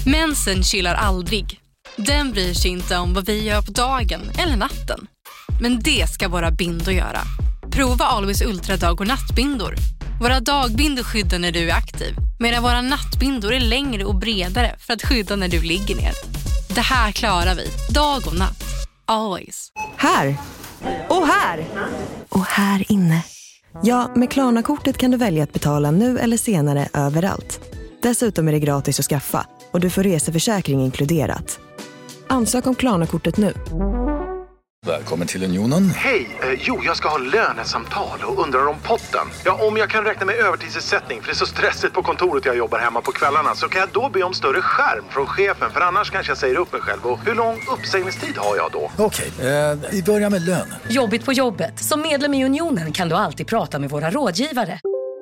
Mensen chillar aldrig. Den bryr sig inte om vad vi gör på dagen eller natten. Men det ska våra bindor göra. Prova Always Ultra dag- och nattbindor. Våra dagbindor skyddar när du är aktiv, medan våra nattbindor är längre och bredare för att skydda när du ligger ner. Det här klarar vi, dag och natt. Always. Här! Och här! Och här inne. Ja, med Klarna-kortet kan du välja att betala nu eller senare överallt. Dessutom är det gratis att skaffa och du får reseförsäkring inkluderat. Ansök om Klarna-kortet nu. Välkommen till Unionen. Hej, jag ska ha lönesamtal och undrar om potten. Ja, om jag kan räkna med övertidsersättning för det är så stressigt på kontoret jag jobbar hemma på kvällarna, så kan jag då be om större skärm från chefen, för annars kanske jag säger upp mig själv. Och hur lång uppsägningstid har jag då? Okej, vi börjar med lön. Jobbigt på jobbet. Som medlem i Unionen kan du alltid prata med våra rådgivare.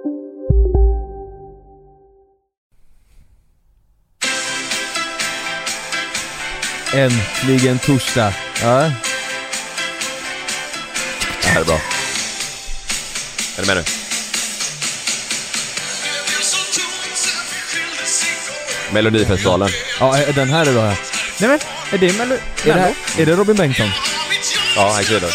Äntligen torsdag. Ja. Det här är bra. Är du med nu? Melodifestivalen. Ja, den här är bra. Nej men, är det Är det Robin Bengtsson? Ja, han kryddar.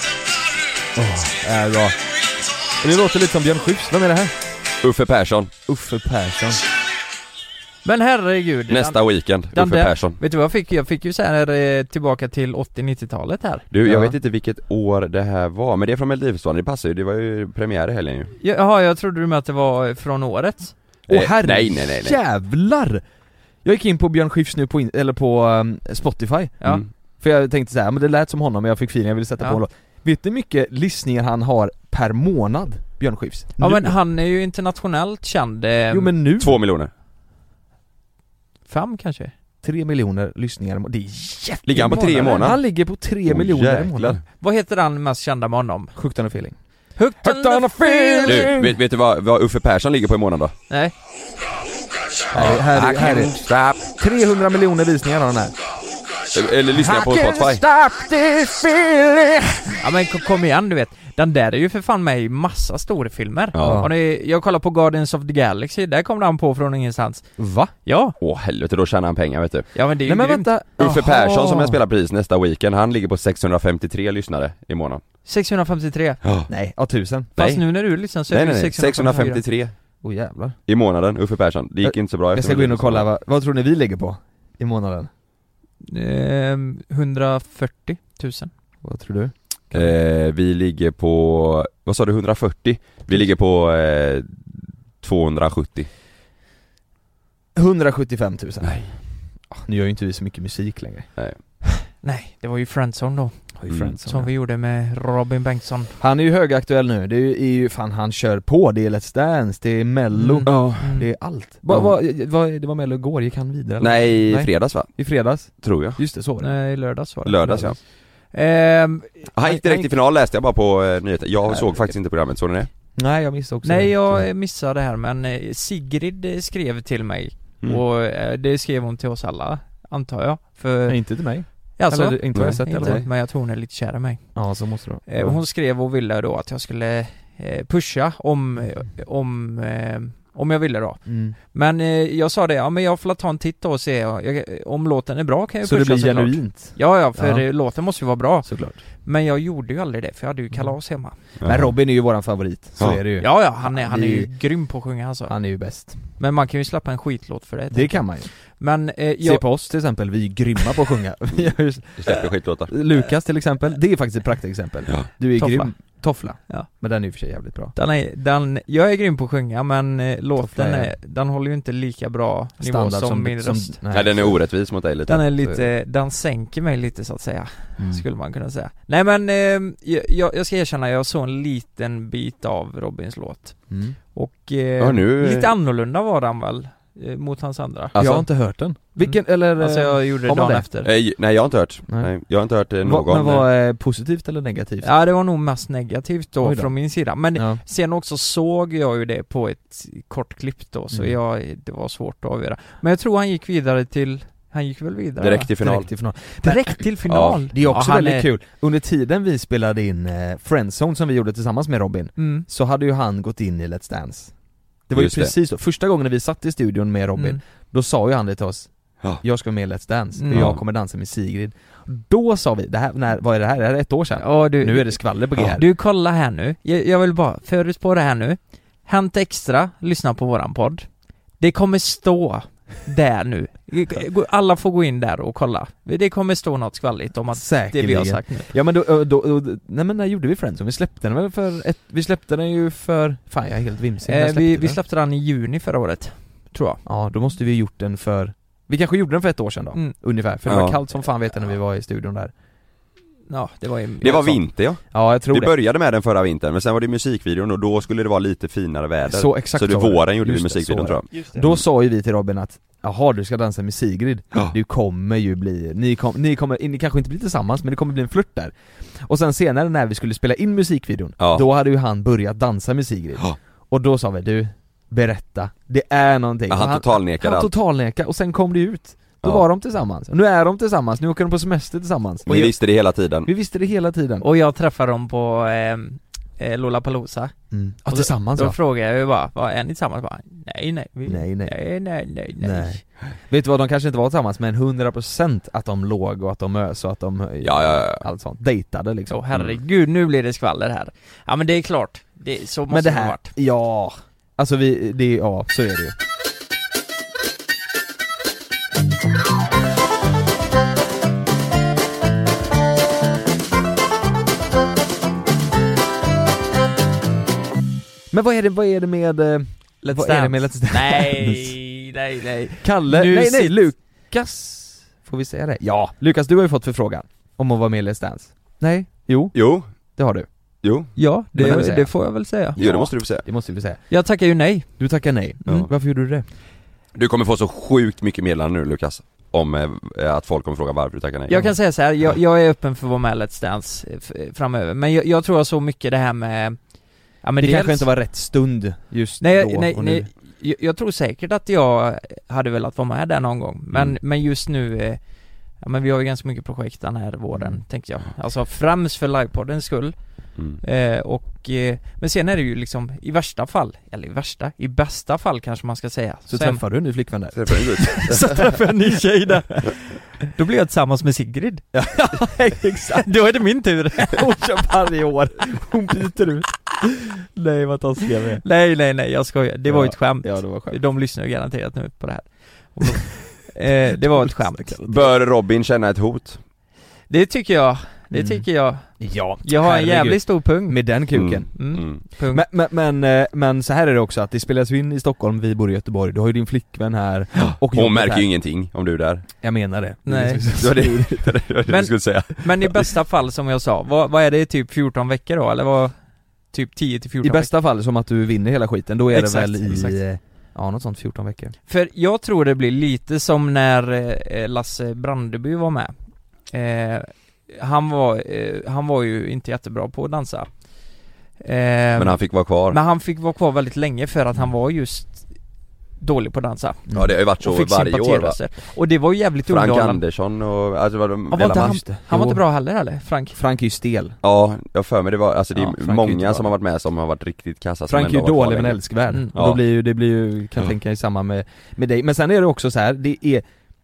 Är bra. Det låter lite som Björn Skifs. Vem är det här? Uffe Persson. Uffe Persson. Men herregud. Nästa weekend, Uffe Persson. Vet du vad jag fick ju så här tillbaka till 80-90-talet här. Du, jag vet inte vilket år det här var, men det är från Melodifestivalen, det passar ju, det var ju premiär i helgen ju. Jaha, jag trodde du med att det var från året. Herre, nej. Jävlar! Jag gick in på Björn Skifs nu på Spotify. Ja. För jag tänkte så här, men det lät som honom, men jag fick feeling, jag ville sätta på en låt. Vet du hur mycket lyssningar han har per månad, Björn Skifs? Ja, men han är ju internationellt känd. Jo, men nu 2 miljoner. 5 kanske. 3 miljoner lyssningar. Det är jättemånga. Ligger han på 3 månader? Han ligger på 3 miljoner i månaden. Vad heter han mest kända med honom? Hooked on a feeling. Hooked on a feeling. Du, vet du vad Uffe Persson ligger på i månaden då? Nej. Här är 300 miljoner visningar har den här. Eller lyssna på Spotify. Stop this feeling. Ja, men kom igen, du vet. Den där är ju för fan med i massa stora filmer. Ja. Jag kollar på Guardians of the Galaxy. Där kom han på från ingenstans. Va? Ja. Helvete, då tjänar han pengar, vet du. Ja, men det är ju men grymt. vänta. Uffe Persson som jag spelar pris nästa weekend, han ligger på 653 lyssnare i månaden. 653. Nej, 1000. Fast nu när du lyssnar så är det 653 jävlar. i månaden, Uffe Persson. Det gick inte så bra. Jag ska gå in och kolla, vad tror ni vi ligger på i månaden? 140 000. Vad tror du? Vi ligger på, vad sa du, 140? Vi ligger på 270. 175 000. Nej. Nu gör ju inte vi så mycket musik längre. Nej, det var ju Friendzone då. Som vi gjorde med Robin Bengtsson. Han är ju högaktuell nu. Det är ju fan, han kör på. Det är Let's Dance, det är Mello. Det är allt. Det var Mello igår, gick han vidare? Eller? Nej, i fredags va? I fredags? Tror jag. Just det, så var det. Nej, lördags var det. Lördags, ja. Han gick direkt i final, läste jag bara på nyheter. Jag såg faktiskt inte programmet, såg ni det? Nej, jag missade också. Nej, jag missade det här, men Sigrid skrev till mig. Och det skrev hon till oss alla, antar jag. Nej, inte till mig. Alltså, eller, inte vad jag sett inte, eller? men jag tror hon är lite kär i mig. Ja, så måste det. Hon skrev och ville då att jag skulle pusha om jag ville då. Men jag sa det, ja men jag får ta en titt och se om låten är bra, kan jag så pusha. Så det blir såklart. genuint? Ja, för låten måste ju vara bra. Såklart. Men jag gjorde ju aldrig det, för jag hade ju kalas hemma. Men Robin är ju våran favorit, så är det ju. Ja, han är ju grym på att sjunga alltså. Han är ju bäst. Men man kan ju släppa en skitlåt för det. Det kan man ju. Men se på oss till exempel, vi är grymma på att sjunga. Du släpper skitlåtar. Lukas till exempel, det är faktiskt ett praktexempel. Du är Toffla. grym. Toffla. Ja. Men den är ju för sig jävligt bra. Jag är grym på att sjunga, men låten den håller ju inte lika bra nivå som min röst. Nej, den är orättvis mot dig lite. Den är lite, den sänker mig lite så att säga. Skulle man kunna säga. Nej, men jag ska erkänna, jag såg en liten bit av Robins låt. Och lite annorlunda var den väl mot hans andra. Alltså, jag har inte hört den. Vilken, eller alltså jag gjorde det dagen efter. Nej, jag har inte hört. Nej, jag har inte hört någon. Men var positivt eller negativt? Ja, det var nog mest negativt då från min sida. Men Ja. sen också såg jag ju det på ett kort klipp då, så det var svårt att avgöra. Men jag tror han gick vidare till... Han gick väl vidare? Direkt till final. Direkt till final. Ja, det är också väldigt kul. Under tiden vi spelade in Friendzone som vi gjorde tillsammans med Robin, så hade ju han gått in i Let's Dance. Det var ju precis så. Första gången när vi satt i studion med Robin, då sa ju han det till oss. jag ska vara med i Let's Dance, för jag kommer dansa med Sigrid. Då sa vi, vad är det här? Är det ett år sedan? Nu är det skvaller på G här. Du, kolla här nu, jag vill bara förutspå det här nu. Hänt Extra, lyssna på våran podd. Det kommer stå där nu. Alla får gå in där och kolla. Det kommer stå något skvalligt om att säkerligen. Det vi har sagt nu. Ja, men då nej, men när gjorde vi Friends? Vi släppte den väl vi släppte den ju för, fan jag är helt vimsig. Vi släppte den i juni förra året, tror jag. Ja, då måste vi gjort den vi kanske gjorde den för ett år sedan då, ungefär. För det var kallt som fan, vet jag, när vi var i studion där. Ja, det var vinter, ja. Ja, jag tror vi började med den förra vintern, men sen var det musikvideon och då skulle det vara lite finare väder. Så exakt. Så det våren gjorde vi musikvideon, tror jag. Då sa ju vi till Robin att jaha, du ska dansa med Sigrid. Du kommer ju bli, ni kanske inte bli tillsammans, men det kommer bli en flört där. Och sen senare när vi skulle spela in musikvideon, då hade ju han börjat dansa med Sigrid. Och då sa vi, du, berätta, det är någonting. Han totalnekade och sen kom det ut. Då var de tillsammans. Nu är de tillsammans. Nu åker de på semester tillsammans. Och vi visste det hela tiden. Vi visste det hela tiden. Och jag träffade dem på Lollapalooza. Ja, tillsammans. Då frågade jag ju bara, är ni tillsammans? Bara, nej. Nej. Vet du vad, de kanske inte var tillsammans, men 100% att de låg och att de mös och att de allt sånt. Dejtade liksom. Herregud, nu blir det skvaller här. Ja, men det är klart. Så måste det ha varit. Ja. Alltså så är det ju. Men vad är det med Let's Dance? Nej. Kalle, nej, Lukas. Får vi säga det? Ja, Lukas, du har ju fått förfrågan om att vara med i Let's Dance. Nej? Jo. Det har du. Jo. Ja, det får jag väl säga. Jo, det måste du säga. Det måste du säga. Jag tackar ju nej. Du tackar nej. Varför gjorde du det? Du kommer få så sjukt mycket meddelanden nu, Lukas, om att folk kommer fråga varför du tackar nej. Jag kan säga så här, jag är öppen för att vara med Let's Dance framöver. Men jag tror så mycket det här med... Ja, men det kanske inte var rätt stund just då och nu. Nej, jag tror säkert att jag hade velat vara med där någon gång. Men just nu... men vi har ju ganska mycket projekt den här våren, tänkte jag. Alltså främst för livepoddens skull. Men sen är det ju liksom i bästa fall kanske man ska säga. Så träffar du en ny flickvän där. Så träffar jag en ny tjej där. Då blir jag tillsammans med Sigrid. Ja, exakt. Då är det min tur. Hon kör varje år. Hon byter ut. Nej, vad taskiga vi är. Nej, jag skojar. Det var ju ett skämt. Ja, det var skämt. De lyssnar ju garanterat nu på det här. Det var ett skämt. Bör Robin känna ett hot? Det tycker jag. Ja, jag har en jävligt stor pung med den kuken. Pung. Men så här är det också, att det spelas in i Stockholm, vi bor i Göteborg. Du har ju din flickvän här. Och hon märker ju ingenting om du är där. Jag menar det. Nej. Det var det du skulle säga. Men i bästa fall, som jag sa, vad är det, typ 14 veckor då? Eller vad? Typ 10-14 veckor? I bästa fall, som att du vinner hela skiten. Då är det väl i... Ja, något sånt 14 veckor. För jag tror det blir lite som när Lasse Brandeby var med. Han var ju inte jättebra på att dansa. Men han fick vara kvar. Men han fick vara kvar väldigt länge för att han var just dålig på att dansa. Ja, det har ju varit så varje år, va? Och det var ju jävligt Frank underhållande. Andersson och alltså var de han var inte bra heller, eller? Frank är ju stel. Ja, jag för mig det var, alltså det är många som har varit med som har varit riktigt kassa. Frank är ju dålig men älskvärd. Och då blir ju kan tänka i samma med dig. Men sen är det också så här, det är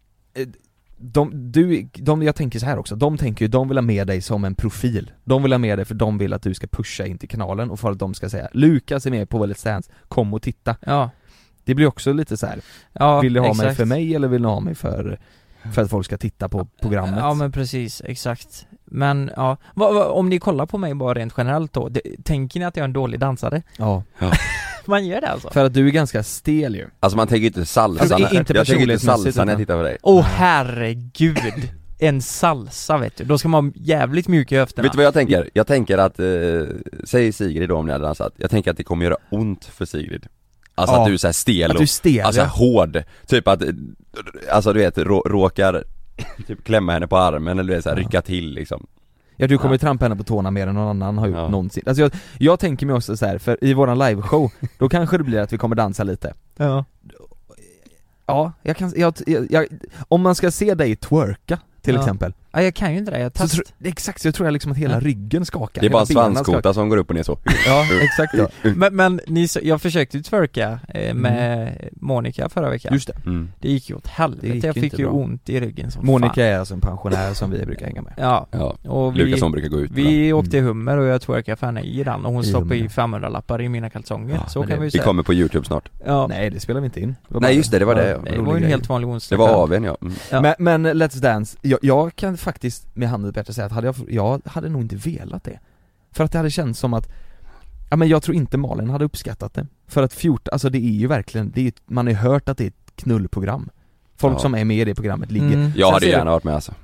jag tänker så här också. De vill ha med dig som en profil. De vill ha med dig för de vill att du ska pusha in till kanalen och för att de ska säga Lukas är med på Let's Dance, kom och titta. Ja. Det blir också lite så här. Vill du ha mig för mig eller vill du ha mig för att folk ska titta på programmet? Ja, men precis, exakt. Men ja, om ni kollar på mig bara rent generellt då, tänker ni att jag är en dålig dansare? Ja. Man gör det alltså. För att du är ganska stel ju. Alltså man tänker inte salsa. Alltså, jag tänker inte salsa när jag tittar på dig. Herregud. En salsa, vet du. Då ska man jävligt mjuk i höfterna. Vet du vad jag tänker? Jag tänker att säg Sigrid då, om ni hade dansat. Jag tänker att det kommer göra ont för Sigrid. Alltså att du är så här stel och, alltså hård. Typ att, alltså du vet, råkar typ klämma henne på armen eller du vet så här, rycka till liksom. Ja, du kommer trampa henne på tårna mer än någon annan har gjort någonsin. Alltså jag tänker mig också så här, för i våran liveshow då kanske det blir att vi kommer dansa lite. Ja, om man ska se dig twerka till exempel, Ja, jag kan ju inte det, jag exakt, så jag tror liksom att hela ryggen skakar. Det är bara en svanskota som går upp och ner så. Ja, exakt ja. Men jag försökte ju twerka med Monica förra veckan. Just det. Det gick ju åt helvete, jag fick ju ont i ryggen som Monica fan. Är alltså en pensionär som vi brukar hänga med. Ja, och Lukas som brukar gå ut. Vi åkte Hummer och jag twerkade för henne i den och hon stoppade i 500-lappar i mina kalsonger. Så kan vi ju säga. Det kommer på YouTube snart. Ja. Nej, det spelar vi inte in. Nej, just det var det. Det var ju en helt vanlig onsdag. Det var aven, ja. Men Let's Dance, jag kan faktiskt med handen bättre säga att jag hade nog inte velat det. För att det hade känts som att men jag tror inte Malin hade uppskattat det. För att alltså det är ju verkligen, man har ju hört att det är ett knullprogram. Folk som är med i det programmet ligger. Jag hade gärna varit med alltså.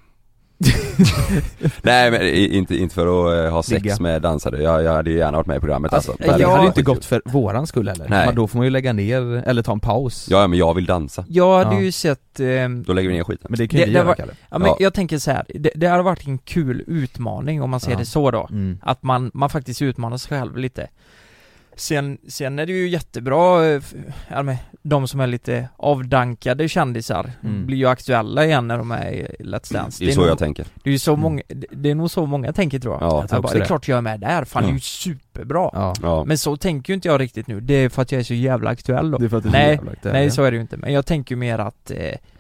Nej men inte för att ha sex Ligga. Med dansare. Jag hade ju gärna varit med i programmet alltså. Det hade ju inte gått för våran skull heller. Men då får man ju lägga ner eller ta en paus. Ja men jag vill dansa. Jag hade ju sett då lägger vi ner skiten. Men det kan ju göra, Kalle. Ja men jag tänker så här, det hade varit en kul utmaning om man ser det så då. Att man faktiskt utmanar sig själv lite. Sen är det ju jättebra, de som är lite avdankade kändisar blir ju aktuella igen när de är i Let's Dance. Det är så jag tänker. Det är ju så många, det är nog så många tänker, tror jag. Det är klart jag är med där, fan det är ju superbra. Ja. Men så tänker ju inte jag riktigt nu. Det är för att jag är så jävla aktuell då. Det är för att du är jävla aktuell. Nej, så är det ju inte. Men jag tänker ju mer att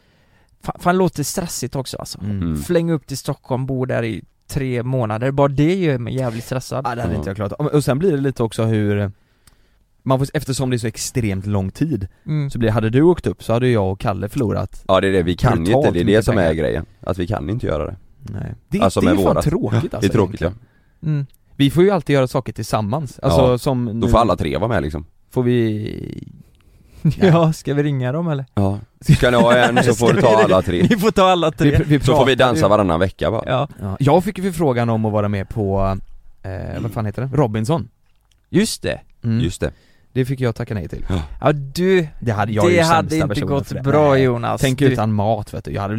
fan låter stressigt också alltså. Fläng upp till Stockholm, bo där i 3 månader. Bara det gör mig jävligt stressad. Ja, det hade inte jag klarat. Och sen blir det lite också hur man får, eftersom det är så extremt lång tid så hade du åkt upp så hade jag och Kalle förlorat. Ja, det är det, vi kan ju inte, det är det som är grejen. Att vi kan inte göra det. Nej. Det är fan tråkigt alltså. Det är tråkigt, ja. Vi får ju alltid göra saker tillsammans. Alltså som då får alla 3 vara med liksom. Får vi... Ja, ska vi ringa dem eller? Ja. Ska ni ha en så får du ta alla 3. Vi får ta alla 3. Så får vi dansa varannan vecka bara. Ja. Jag fick ju förfrågan om att vara med på vad fan heter det? Robinson. Just det. Just det. Det fick jag tacka nej till. Ja du, det hade inte gått bra Jonas. Tänk utan mat vet du. Jag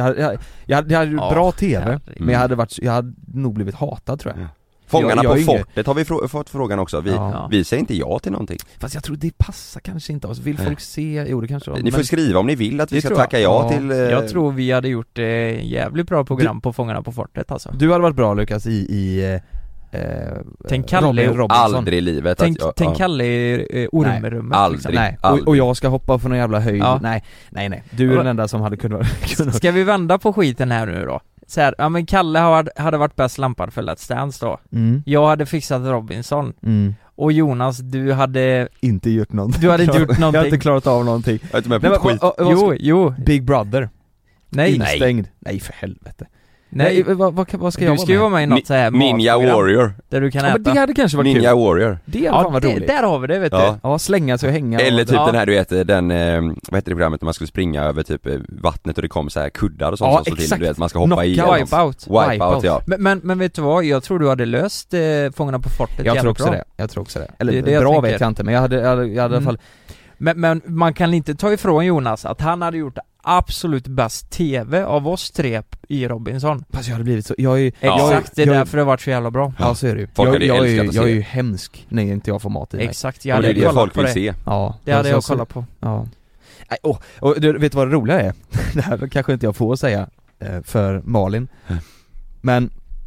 hade bra TV, men jag hade nog blivit hatad tror jag. Fångarna på fortet har vi fått frågan också. Vi säger inte ja till någonting. Fast jag tror det passar kanske inte oss. Vill folk se? Jo, det kanske ni får skriva om ni vill att vi ska tacka ja till Jag tror vi hade gjort jävligt bra program på Fångarna på fortet alltså. Du hade varit bra Lukas i tänk Kalle aldrig i livet. Tänk Kalle i ormrummet. Aldrig. Nej. Och jag ska hoppa på någon jävla höjd. Nej. Du är den enda som hade kunnat. Ska vi vända på skiten här nu då? Så här, men Kalle hade varit bäst lampad för Let's Dance då. Jag hade fixat Robinson. Och Jonas, du hade inte gjort någonting. Du hade inte gjort någonting. Jag hade inte klarat av någonting. Jag är inte med på skit. Jo. Big Brother. Nej. Instängd. Nej för helvete. Nej, vad ska jag du ska ju vara med i något så här Ninja Warrior. Där du kan äta. Men det hade kanske varit Ninja kul. Warrior. Det hade fan varit roligt. Där har vi det, vet du. Ja, slänga sig och hänga. Eller typ den här, du vet, vad heter det programmet när man skulle springa över typ vattnet och det kom så här kuddar och sånt som så till, du vet, man ska hoppa i. Wipeout, ja. Men vet du vad? Jag tror du hade löst Fångarna på fortet. Jag tror också det. Eller det bra vet jag inte, men jag hade i alla fall. Men man kan inte ta ifrån Jonas att han hade gjort absolut bäst TV av oss 3 i Robinson. Fast jag hade blivit så, exakt, det är därför det har varit så jävla bra. Ja, så är det ju. Jag är ju hemsk när inte jag får mat i mig. Exakt, jag hade kollat på det. Se. Ja, det hade jag kollat på. Ja. Och du vet vad det roliga är? Det här kanske inte jag får säga för Malin. Men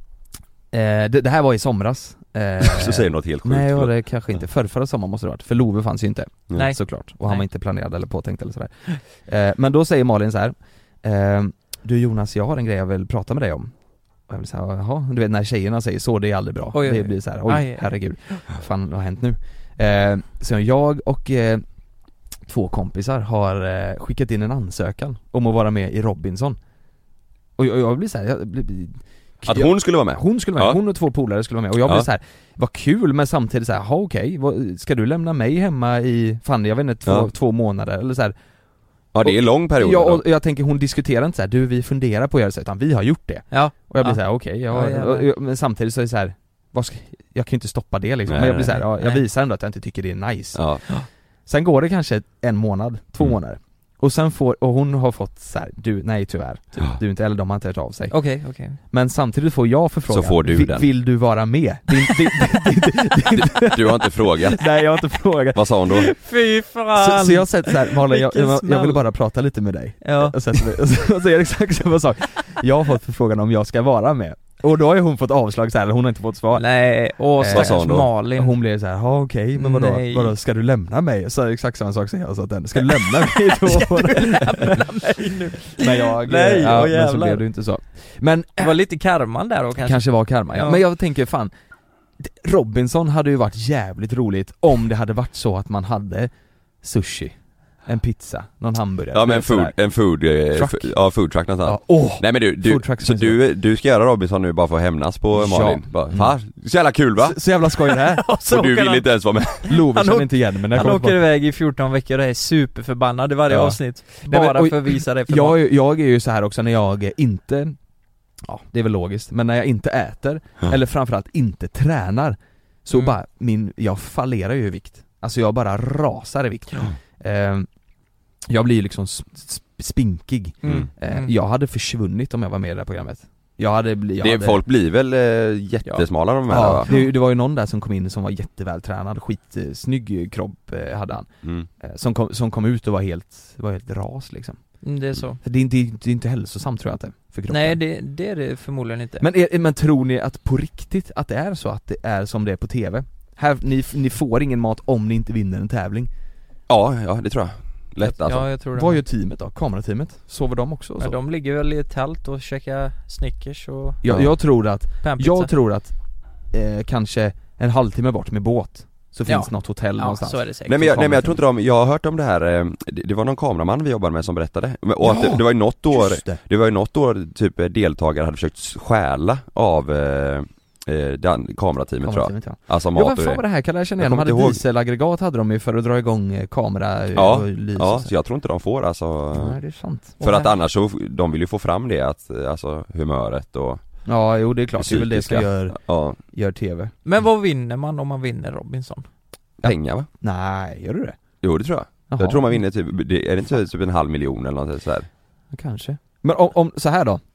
det här var i somras. Så säger något helt sjukt. Nej, och det kanske inte. Förra sommaren måste det varit. För Love fanns ju inte. Nej. Såklart. Och han var inte planerad eller påtänkt eller sådär. Men då säger Malin så här: du Jonas, jag har en grej jag vill prata med dig om. Och jag vill säga, jaha, du vet när tjejerna säger så, det är aldrig bra. Det blir så här, herregud, fan vad har hänt nu? Så jag och 2 kompisar har skickat in en ansökan om att vara med i Robinson. Och jag blir så här, att hon skulle vara med? Hon skulle vara med, hon och 2 polare skulle vara med. Och jag blev så här, vad kul, men samtidigt så här, okej, ska du lämna mig hemma i, fan jag vet inte, 2 månader eller så här. Ja, det är en lång period. Ja, och jag tänker, hon diskuterar inte så här, du vi funderar på att göra så, utan vi har gjort det. Ja. Och jag blir så här, okej, men samtidigt så är det så här, jag kan ju inte stoppa det liksom. Men jag blir så här, jag visar ändå att jag inte tycker det är nice. Ja. Sen går det kanske 1 månad, 2 månader. Och sen och hon har fått så här, nej tyvärr, typ, du inte, eller de har inte hört av sig. Okej. Men samtidigt får jag förfrågan, så får du den. Vill du vara med? Du har inte frågat. Nej, jag har inte frågat. Vad sa hon då? Fy fan. Så jag har sett så här, Malin, jag vill bara prata lite med dig. Ja. Och så är det exakt samma sak. Jag har fått förfrågan om jag ska vara med. Och då har ju hon fått avslag så här, eller hon har inte fått svar. Nej, vad sa hon då? Malin. Hon blev så här, okej, men vadå, ska du lämna mig? Så exakt samma sak säger jag, så att den, ska du lämna mig då? Ska du lämna mig nu? Men jag, men så blev det inte så. Men det var lite karman där då kanske. Kanske var karma, ja. Men jag tänker fan, Robinson hade ju varit jävligt roligt om det hade varit så att man hade sushi, en pizza, någon hamburgare. Ja, men en food truck någonstans. Ja. Nej men du ska göra Robinson nu bara för att hämnas på Malin. Bara, så jävla kul va? Så jävla skoj det här. Och du vill inte ens vara med. Lover känner inte igen men han åker iväg i 14 veckor och är superförbannad i varje avsnitt. Bara för att visa det för jag är ju så här också när jag inte, ja det är väl logiskt, men när jag inte äter eller framförallt inte tränar så bara jag fallerar ju i vikt. Alltså jag bara rasar i vikt. Jag blir ju liksom spinkig. Jag hade försvunnit om jag var med i det här programmet. Folk blir väl jättesmala de här. Ja, det var ju någon där som kom in som var jättevältränad, skitsnygg kropp hade han. Som kom ut och var helt ras liksom. Det är så. Det är inte hälsosamt tror jag inte för kroppen. Nej, det är det förmodligen inte. Men tror ni att på riktigt att det är så att det är som det är på TV? Här, ni får ingen mat om ni inte vinner en tävling. Ja, det tror jag. Lätt alltså. Ja, jag tror det. Vad gör teamet då? Kamerateamet? Sover de också? Ja, de ligger väl i ett tält och käkar Snickers och... Jag tror att kanske en halvtimme bort med båt så finns något hotell någonstans. Så är det säkert. Nej men jag tror inte jag har hört om det här. Det var någon kameraman vi jobbade med som berättade. Och att det var ju något år typ deltagare hade försökt stjäla av kamerateamet tror jag. Ja. Alltså mat vad fan var det här? Kan jag känna igen? De hade dieselaggregat hade de ju för att dra igång kamera och lys. Ja, så jag tror inte de får alltså. Nej, det är sant. För att annars så, de vill ju få fram det att, alltså humöret och... Ja, jo det är klart, det är väl det som gör TV. Men vad vinner man om man vinner Robinson? Pengar va? Nej, gör du det? Jo det tror jag. Jaha. Jag tror man vinner typ, är det inte typ 500 000 eller något så här? Kanske. Men om så här då.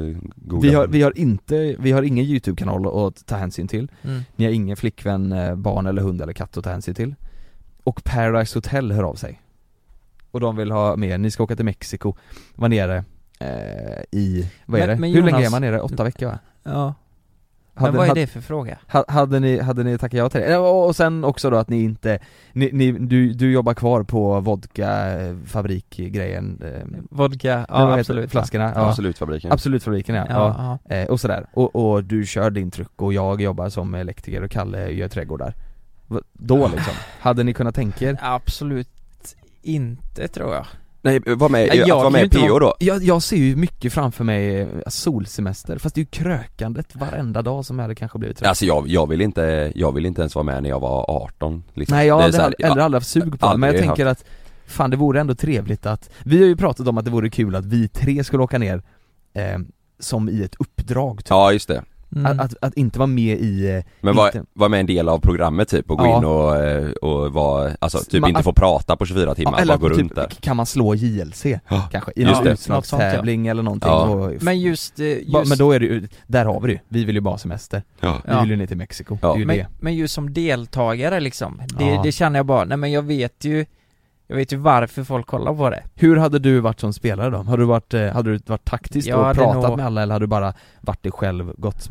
Vi har ingen YouTube-kanal att ta hänsyn till. Ni har ingen flickvän, barn eller hund eller katt att ta hänsyn till. Och Paradise Hotel hör av sig. Och de vill ha med, ni ska åka till Mexiko. Var nere i, vad är det? Men Jonas, hur länge är man nere? 8 veckor va? Ja. Men vad är det för fråga? Hade ni tackat ja till det? Och sen också då att ni inte du jobbar kvar på vodka-fabrikgrejen. Vodka, ja absolut. Flaskorna. Ja. Absolutfabriken, ja. Och sådär. Och du kör din truck och jag jobbar som elektriker och Kalle gör trädgårdar. Då liksom. Hade ni kunnat tänka er? Absolut inte tror jag. Nej, var med PO då? Jag ser ju mycket framför mig solsemester. Fast det är ju krökandet varenda dag som hade kanske blivit trött. Alltså jag vill inte ens vara med när jag var 18 liksom. Nej, jag hade aldrig haft sug på det. Men jag tänker att fan, det vore ändå trevligt att... Vi har ju pratat om att det vore kul att vi 3 skulle åka ner som i ett uppdrag typ. Ja, just det. Att inte vara med i... Men var med en del av programmet typ och gå in och vara, alltså typ inte få prata på 24 timmar, eller bara gå typ, runt där. Kan man slå JLC kanske i någon utslagstävling eller någonting. Men just men då är det ju, där har vi det. Vi vill ju bara semester. Vi vill ju ner till Mexiko. Det är ju men just som deltagare liksom, det känner jag bara, nej men jag vet ju varför folk kollar på det. Hur hade du varit som spelare då? Hade du varit taktisk och pratat med alla, eller hade du bara varit dig själv, gått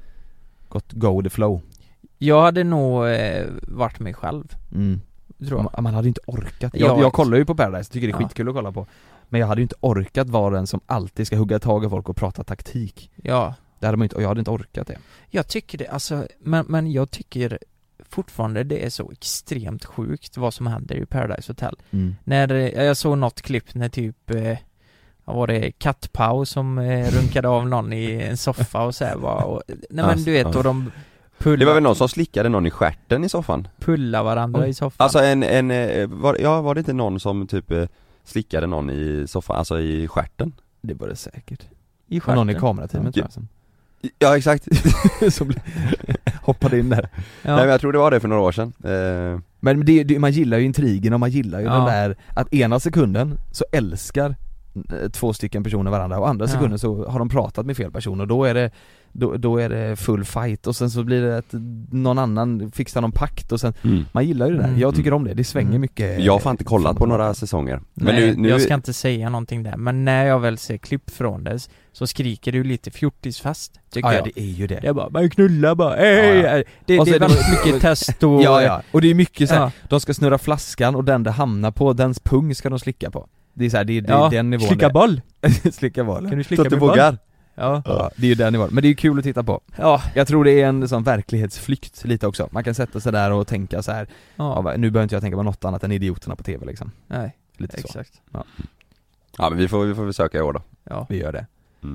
go with the flow? Jag hade nog varit mig själv. Tror jag. Man hade inte orkat. Jag kollar ju på Paradise, tycker det är skitkul att kolla på. Men jag hade ju inte orkat vara den som alltid ska hugga tag i folk och prata taktik. Ja. Det hade man inte, och jag hade inte orkat det. Jag tycker det, alltså, men jag tycker fortfarande det är så extremt sjukt vad som händer i Paradise Hotel. När jag såg något klipp när typ var det Kattpau som runkade av någon i en soffa och så här men du vet, och de det var väl någon som slickade någon i stjärten i soffan. Pulla varandra i soffan. Alltså var det inte någon som typ slickade någon i soffan, alltså i stjärten? Det var det säkert. I stjärten. Någon i kamerateamet tror jag som... Ja, exakt. hoppade in där. Nej men jag tror det var det för några år sedan. Men man gillar ju intrigen och man gillar ju den där att ena sekunden så älskar 2 stycken personer varandra och andra sekunden så har de pratat med fel person och då är det full fight och sen så blir det att någon annan fixar någon pakt och sen man gillar ju det där. Jag tycker om det svänger mycket. Jag har fan inte kollat på några säsonger. Nej, men nu jag ska inte säga någonting där, men när jag väl ser klipp från det så skriker du lite fjortisfast tycker jag. Ja, det är ju det. Det är bara, man knullar bara. Det är väldigt mycket test och och det är mycket så här, de ska snurra flaskan och den det hamnar på, dens pung ska de slicka på. Det är så här, det är den nivån. Slicka boll. Slicka boll. Kan du slicka med boll? Ja, det är ju den nivån. Men det är ju kul att titta på. Ja. Jag tror det är en sån verklighetsflykt lite också. Man kan sätta sig där och tänka så här. Nu behöver inte jag tänka på något annat än idioterna på tv liksom. Nej, lite exakt. Så. Ja, men vi får försöka i år då. Ja, vi gör det.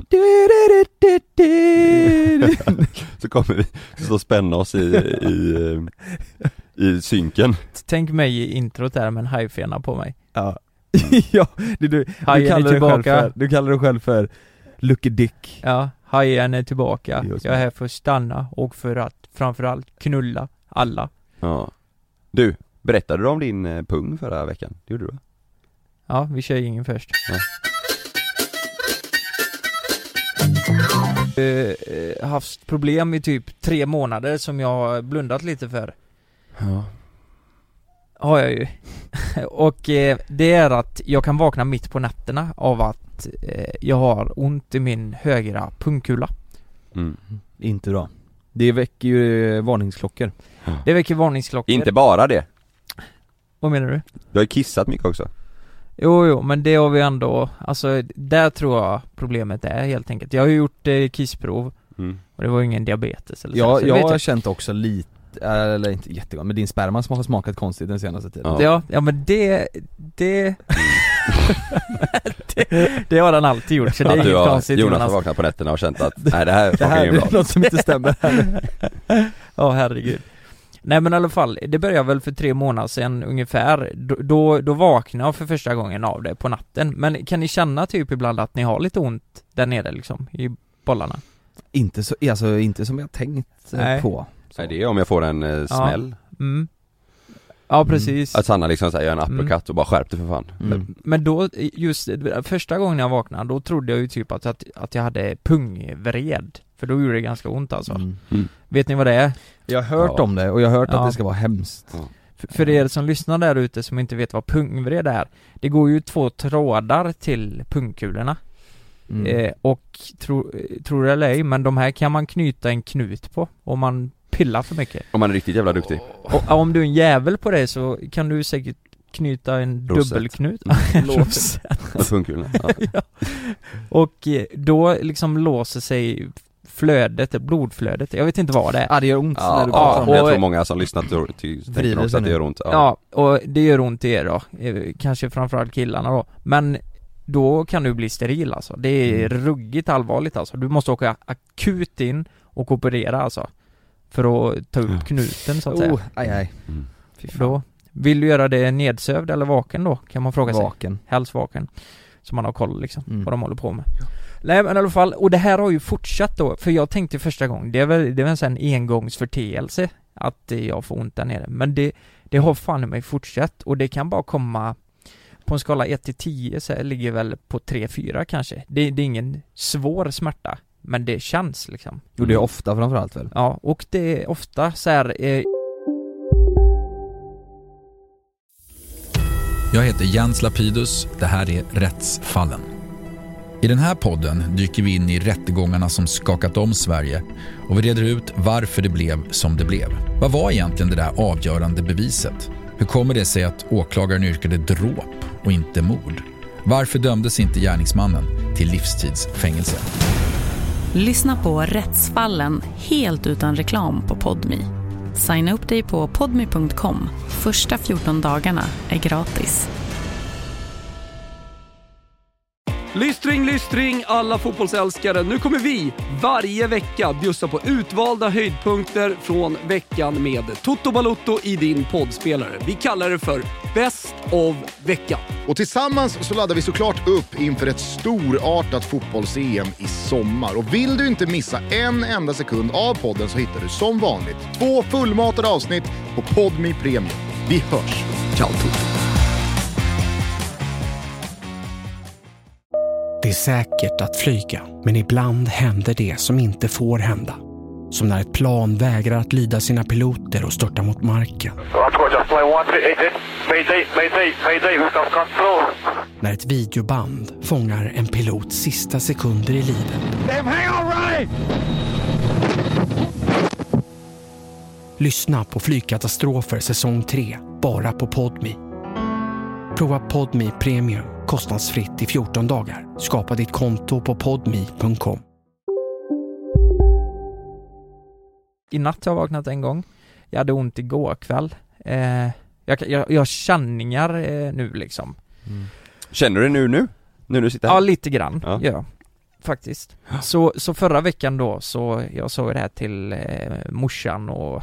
Så kommer vi så spänna oss i synken. Tänk mig i introt där med en hajfena på mig. Ja. Ja, du kallar dig själv för Lucky Dick. Ja, hajen är tillbaka. Jag är här för att stanna och för att framförallt knulla alla. Ja. Du, berättade du om din pung förra veckan? Det gjorde du va? Ja, vi kör ingen först. Ja. Haft problem i typ 3 månader som jag har blundat lite för. Ja. Har jag ju. Och det är att jag kan vakna mitt på nätterna av att jag har ont i min högra pungkula. Inte bra. Det väcker ju varningsklockor. Det väcker varningsklockor. Inte bara det. Vad menar du? Du har ju kissat mycket också. Jo, men det har vi ändå, alltså där tror jag problemet är helt enkelt. Jag har ju gjort kissprov och det var ju ingen diabetes eller så. Jag har känt också lite, eller inte jättegott, men din sperma som har smakat konstigt den senaste tiden. Ja men det det har den alltid gjort, så det är inget konstigt. Jonas har vaknat på nätterna och känt att nej, det här är bra. Något som inte stämmer här. Ja, herregud. Nej men i alla fall, det började väl för 3 månader sedan ungefär. Då vaknade jag för första gången av det på natten. Men kan ni känna typ ibland att ni har lite ont där nere liksom, i bollarna? Inte som jag tänkt på. Nej, det är om jag får en smäll. Ja, precis. Att Sanna liksom säger en uppercut och bara skärpte för fan. Men då, just första gången jag vaknade, då trodde jag ju typ att jag hade pungvred. För då gjorde det ganska ont alltså. Vet ni vad det är? Jag har hört om det och jag har hört att det ska vara hemskt. För er som lyssnar där ute som inte vet vad pungvred är. Det går ju 2 trådar till pungkulorna. Och tror det eller ej, men de här kan man knyta en knut på om man pillar för mycket. Om man är riktigt jävla duktig. Och om du är en jävel på det så kan du säkert knyta en dubbelknut. Låset. Pungkulorna. Ja. Och då liksom låser sig blodflödet. Jag vet inte vad det är. Ja, det gör ont när du pratar om det. Jag tror många som lyssnat tänker också att det gör ont. Ja, och det gör ont i er då. Kanske framförallt killarna då. Men då kan du bli steril alltså. Det är ruggigt allvarligt alltså. Du måste åka akut in och operera alltså. För att ta upp knuten så att säga. Aj. Då vill du göra det nedsövd eller vaken då? Kan man fråga sig. Vaken. Helst vaken. Så man har koll liksom vad de håller på med. Nej men i alla fall, och det här har ju fortsatt då. För jag tänkte första gången, det är väl en sån engångsförteelse att jag får ont där nere. Men det har fan i mig fortsatt. Och det kan bara komma på en skala 1-10 så ligger väl på 3-4 kanske. Det är ingen svår smärta. Men det känns liksom. Jo, det är ofta framförallt väl? Ja, och det är ofta så här... Jag heter Jens Lapidus, det här är Rättsfallen. I den här podden dyker vi in i rättegångarna som skakat om Sverige och vi reder ut varför det blev som det blev. Vad var egentligen det där avgörande beviset? Hur kommer det sig att åklagaren yrkade dråp och inte mord? Varför dömdes inte gärningsmannen till livstidsfängelse? Lyssna på Rättsfallen helt utan reklam på Podmi. Signa upp dig på podmi.com. Första 14 dagarna är gratis. Lystring alla fotbollsälskare. Nu kommer vi varje vecka bjussa på utvalda höjdpunkter från veckan med Toto Balotto i din poddspelare. Vi kallar det för Best of veckan. Och tillsammans så laddar vi såklart upp inför ett storartat fotbolls-EM i sommar. Och vill du inte missa en enda sekund av podden så hittar du som vanligt 2 fullmatade avsnitt på Podmi Premium. Vi hörs. Ciao Toto. Det är säkert att flyga, men ibland händer det som inte får hända. Som när ett plan vägrar att lyda sina piloter och störtar mot marken. När ett videoband fångar en pilots sista sekunder i livet. Lyssna på Flygkatastrofer säsong 3, bara på Podmi. Prova Podmi Premium kostnadsfritt i 14 dagar. Skapa ditt konto på podmi.com. I natt har jag vaknat en gång. Jag hade ont igår kväll. Jag har känningar nu liksom. Känner du nu? När du sitter här? Ja, lite grann. Ja. Faktiskt. Så förra veckan då, så jag såg det här till morsan och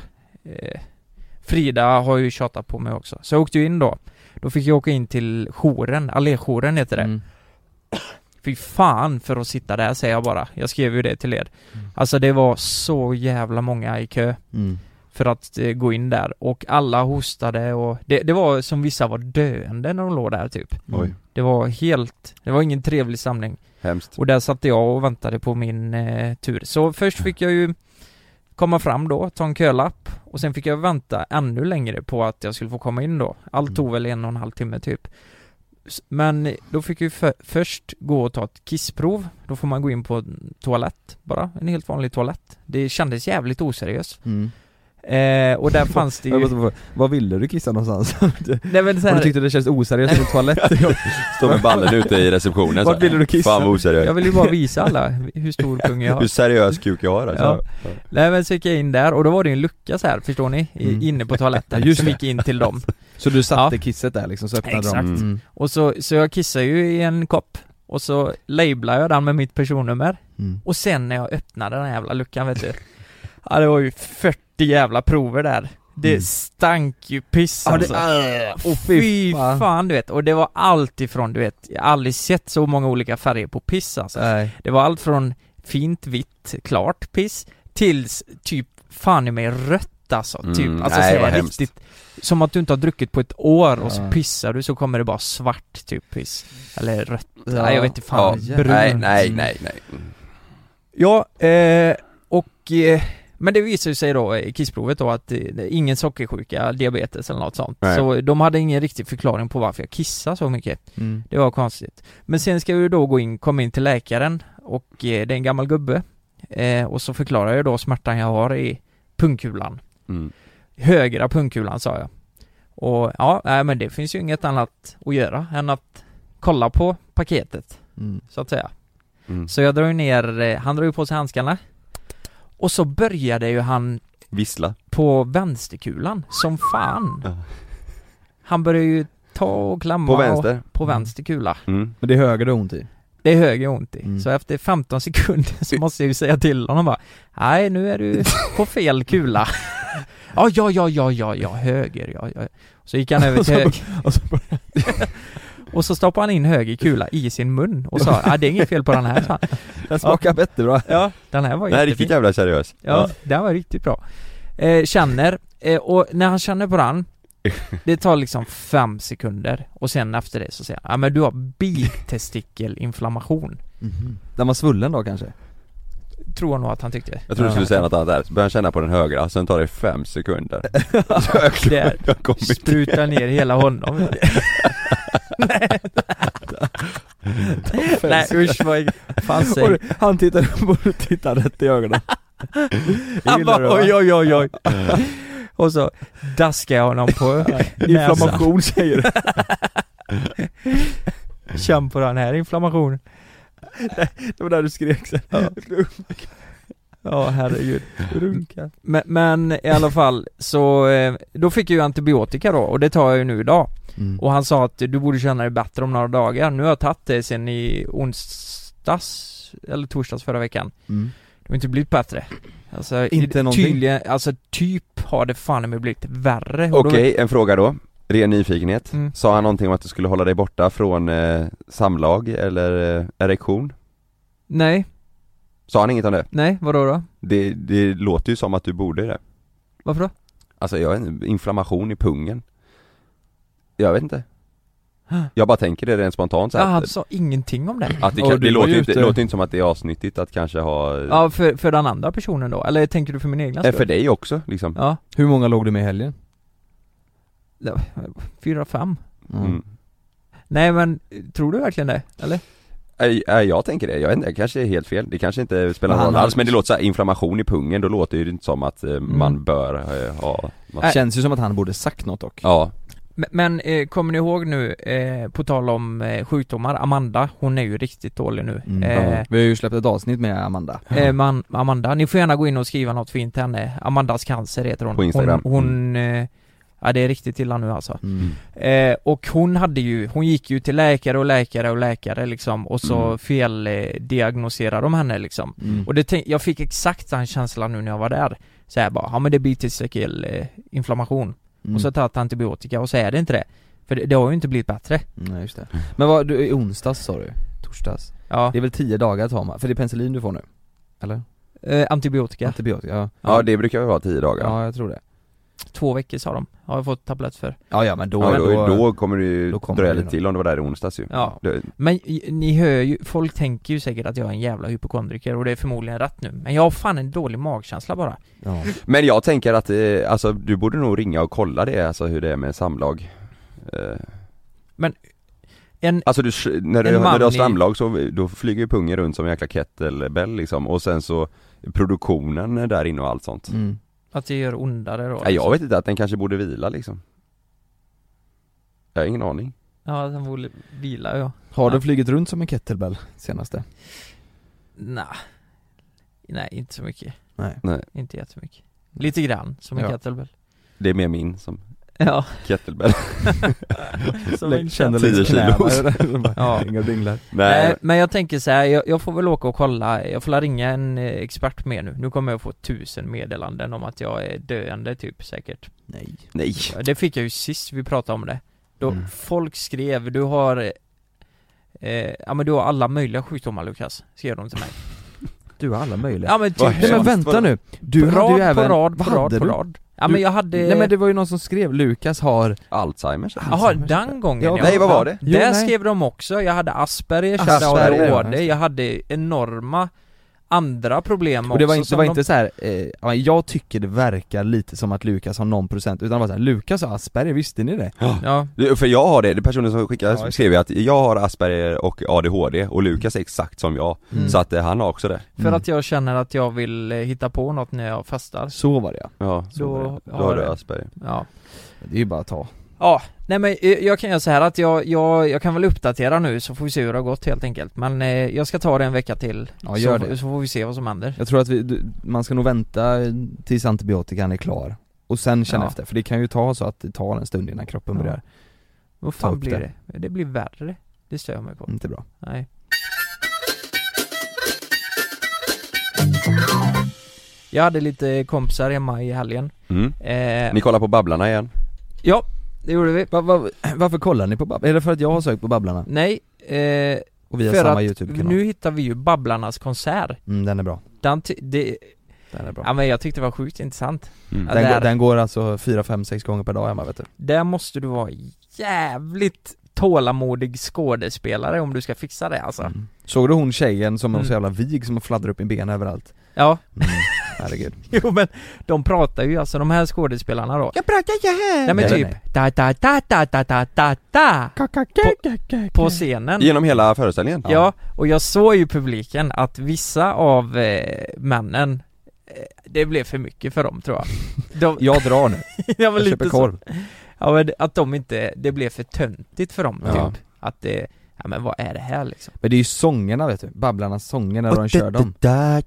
Frida har ju tjatat på mig också. Så jag åkte ju in då. Då fick jag åka in till jouren, alléjouren heter det. Fy fan för att sitta där, säger jag bara. Jag skrev ju det till er. Alltså det var så jävla många i kö för att gå in där. Och alla hostade och det var som vissa var döende när de låg där typ. Det var ingen trevlig samling. Hemskt. Och där satt jag och väntade på min tur. Så först fick jag ju komma fram då, ta en kölapp. Och sen fick jag vänta ännu längre på att jag skulle få komma in då. Allt tog väl 1,5 timme typ. Men då fick jag först gå och ta ett kissprov. Då får man gå in på en toalett bara. En helt vanlig toalett. Det kändes jävligt oseriöst. Och där fanns det ju... Vad ville du kissa någonstans? Nej, men så här... Du tyckte det kändes oseriöst i en toalett. Står med ballen ute i receptionen. Vart ville du kissa? Fan vad oseriöst. Jag vill ju bara visa alla hur stor kung jag har. Hur seriös kuk jag har alltså. Ja. Nej, men så gick jag in där och då var det en lucka så här, förstår ni? Inne på toaletten. Just gick in till dem. Så du satte kisset där liksom, så öppnade de. Och så jag kissar ju i en kopp. Och så lablar jag den med mitt personnummer. Och sen när jag öppnade den jävla luckan, vet du. Ja, det var ju 40 jävla prover där. Det stank ju piss alltså. Och fy fan, du vet. Och det var allt ifrån, du vet, jag har aldrig sett så många olika färger på piss alltså. Det var allt från fint, vitt, klart piss tills typ fan i mig rött alltså. Typ. Alltså så var riktigt som att du inte har druckit på ett år och så pissar du så kommer det bara svart typ piss. Eller rött. Nej, jag vet inte fan. Nej. Ja, men det visade sig då i kissprovet då att ingen sockersjuka, diabetes eller något sånt. Nej. Så de hade ingen riktig förklaring på varför jag kissar så mycket. Det var konstigt. Men sen ska vi då komma in till läkaren och det är en gammal gubbe. Och så förklarar jag då smärtan jag har i pungkulan. Högra pungkulan, sa jag. Och ja, men det finns ju inget annat att göra än att kolla på paketet, så att säga. Så jag drar ju ner, han drar ju på sig handskarna. Och så började ju han vissla på vänsterkulan som fan. Han började ju ta och klamma på vänster kula. Men det är höger det ont i. Det är höger ont i. Så efter 15 sekunder så måste jag ju säga till honom bara: nej, nu är du på fel kula. Ja, höger, ja. Så gick han över till höger. Och så stoppade han in höger kula i sin mun och sa: det är inget fel på den här. Den smakar bättre bra. Ja, den här var jättefin. Riktigt jävla seriös. Ja, den var riktigt bra. Känner, och när han känner på den, det tar liksom 5 sekunder. Och sen efter det så säger han: men du har bitestikelinflammation. Den var svullen då kanske? Tror jag nog att han tyckte. Jag tror du skulle säga något annat där. Så börjar han känna på den högra, sen tar det 5 sekunder. Där sprutar ner hela honom. Nej, usch vad fan säger. Han tittar rätt i ögonen. Han bara oj. Och så daskar jag honom på inflammation, säger du. Känn på den här inflammationen. Det var där du skrek sen. Ja, herregud. Runka. Men i alla fall, så då fick jag ju antibiotika då, och det tar jag ju nu idag. Och han sa att du borde känna dig bättre om några dagar. Nu har jag tagit det sen i onsdags eller torsdags förra veckan. Det har inte blivit bättre. Alltså, inte någonting? Tydligen, alltså typ har det fan med blivit värre. Okej, en fråga då. Ren nyfikenhet. Sa han någonting om att du skulle hålla dig borta från samlag eller erektion? Nej. Sa han inget om det? Nej, vadå då? Det låter ju som att du borde det. Varför då? Alltså jag har en inflammation i pungen. Jag vet inte. Jag bara tänker det rent spontant så här. Han sa ingenting om det. Att det låter inte som att det är avsnittigt att kanske ha... Ja, för den andra personen då? Eller tänker du för min egna skull? För dig också, liksom. Ja. Hur många låg du med i helgen? 4-5. Nej, men tror du verkligen det? Eller? Jag tänker det, jag vet inte, jag kanske är helt fel. Det kanske inte spelar någon roll alls, men det låter så här, inflammation i pungen, då låter det inte som att man bör ha något. Det känns ju som att han borde sagt något dock. Ja. Men kommer ni ihåg nu, på tal om sjukdomar, Amanda, hon är ju riktigt dålig nu. Vi har ju släppt ett avsnitt med Amanda. Amanda, ni får gärna gå in och skriva något fint till henne. Amandas cancer heter hon. På Instagram. Ja, det är riktigt illa nu alltså. Och hon gick ju till läkare liksom, och så feldiagnoserade de henne liksom. Och jag fick exakt den känslan nu när jag var där. Så jag bara, ja men det blir testikel inflammation. Och så tar jag antibiotika och så är det inte det. För det har ju inte blivit bättre. Nej, just det. Men vad, du, i onsdags sa du? Torsdags? Ja. Det är väl 10 dagar tar man, för det är penicillin du får nu? Eller? Antibiotika, ja. Ja, det brukar vara 10 dagar. Ja, jag tror det. 2 veckor sa de, har jag fått tablett för. Ja, men då kommer det ju dröja lite till om det var där i onsdags ju. Ja. Men ni hör ju, folk tänker ju säkert att jag är en jävla hypokondriker, och det är förmodligen rätt nu. Men jag har fan en dålig magkänsla bara. Ja. Men jag tänker att alltså, du borde nog ringa och kolla det, alltså hur det är med samlag. Men alltså när du har samlag så då flyger ju pungen runt som en jäkla kettlebell liksom, och sen så produktionen där inne och allt sånt. Att det gör ondare då? Nej, jag vet inte, att den kanske borde vila liksom. Jag har ingen aning. Ja, den borde vila, ja. Har du flygit runt som en kettlebell senaste? Nej, inte så mycket. Nej. Inte jättemycket. Lite grann som en kettlebell. Det är mer min som kettlebell. Som känner lite knäna. Ja. Inga dinglar. Nej, men jag tänker så här, jag får väl åka och kolla. Jag får ringa en expert med nu. Nu kommer jag få 1000 meddelanden om att jag är döende typ säkert. Nej. Det fick jag ju sist vi pratade om det. Då folk skrev, du har men du har alla möjliga sjukdomar, Lukas, skrev de till mig. Du har alla möjliga? Ja, men typ, men vänta nu. Du hade ju även på rad. Ja, men jag hade... Nej, men det var ju någon som skrev, Lukas har Alzheimers. Jaha, den gången. Nej, vad var det? Där skrev de också, jag hade Asperger, jag hade ADHD, jag hade enorma andra problem och det också. Och det var inte så här. Jag tycker det verkar lite som att Lukas har någon procent, utan det var så här, Lukas har Asperger, visste ni det? Ja. För jag har det personen som skickade skrev ju att jag har Asperger och ADHD, och Lukas är exakt som jag. Så att han har också det. För att jag känner att jag vill hitta på något när jag fastar. Så var det, ja. Då har du Asperger. Ja. Det är ju bara att ta. Ja, nej men jag kan göra så här att jag kan väl uppdatera nu, så får vi se hur det har gått helt enkelt. Men jag ska ta det en vecka till. Ja, gör det. Så får vi se vad som händer. Jag tror att man ska nog vänta tills antibiotikan är klar och sen känna efter, för det kan ju ta så att det tar en stund innan kroppen börjar. Vad fan blir det? Det blir värre. Det stör jag mig på. Inte bra. Nej. Jag hade lite kompisar hemma i helgen. Ni kollar på Babblarna igen? Ja, det gjorde vi. Varför kollar ni på Babblarna? Är det för att jag har sökt på Babblarna? Nej, och vi har samma YouTube-kanal. Nu hittar vi ju Babblarnas konsert. Den är bra. Den är bra. Ja, men jag tyckte det var sjukt intressant. Den går alltså 4, 5, 6 gånger per dag hemma, vet du. Där måste du vara jävligt tålamodig skådespelare om du ska fixa det alltså. Såg du hon tjejen som var så jävla vig som fladdrar upp i ben överallt? Ja. Herregud. Jo, men de pratar ju, alltså de här skådespelarna då. Jag pratar så här. Nej, men typ på scenen. Genom hela föreställningen? Ja, och jag såg ju publiken att vissa av männen, det blev för mycket för dem, tror jag. Jag drar nu. Ja, men jag köper korv. Ja, men att de inte, det blev för töntigt för dem typ. Att ja men vad är det här liksom? Men det är ju sångerna, vet du, Babblarnas sånger när de kör dem.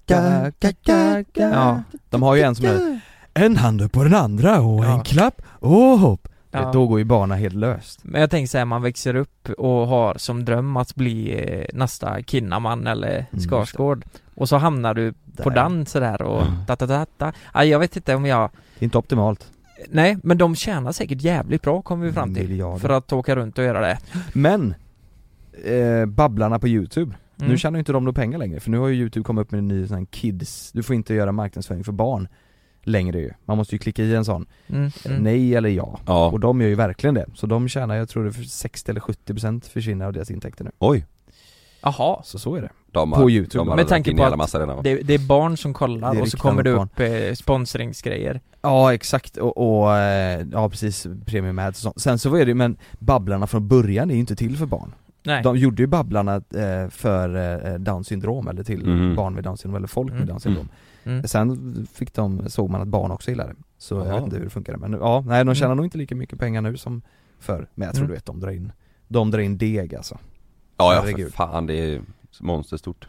Ja, de har ju en som är en hand på den andra och en klapp och hopp. Ja. Då går ju barnen helt löst. Men jag tänker så här, man växer upp och har som dröm att bli nästa Kinnaman eller Skarsgård. Och så hamnar du på den sådär och ja, jag vet inte om jag... Det är inte optimalt. Nej, men de tjänar säkert jävligt bra, kommer vi fram till. Miljarder. För att åka runt och göra det. Men Babblarna på YouTube, nu tjänar ju inte de några pengar längre. För nu har ju YouTube kommit upp med en ny sån här kids. Du får inte göra marknadsföring för barn längre ju. Man måste ju klicka i en sån nej eller ja. Och de gör ju verkligen det. Så de tjänar, jag tror det för 60 eller 70% försvinner av deras intäkter nu. Oj. Jaha. Så är det. På YouTube. Med tanke på att det är barn som kollar och så kommer det upp sponsringsgrejer. Ja, exakt. Och ja, precis, premium ads och sånt. Sen så var det, men Babblarna från början är ju inte till för barn. Nej. De gjorde ju Babblarna för Down syndrom eller till barn med Down syndrom eller folk med Down syndrom. Sen såg man att barn också gillade det. Så jag vet inte hur det funkar. Men ja, nej, de tjänar nog inte lika mycket pengar nu som förr. Men jag tror du vet, de drar in deg alltså. Ja, för fan, det är monsterstort.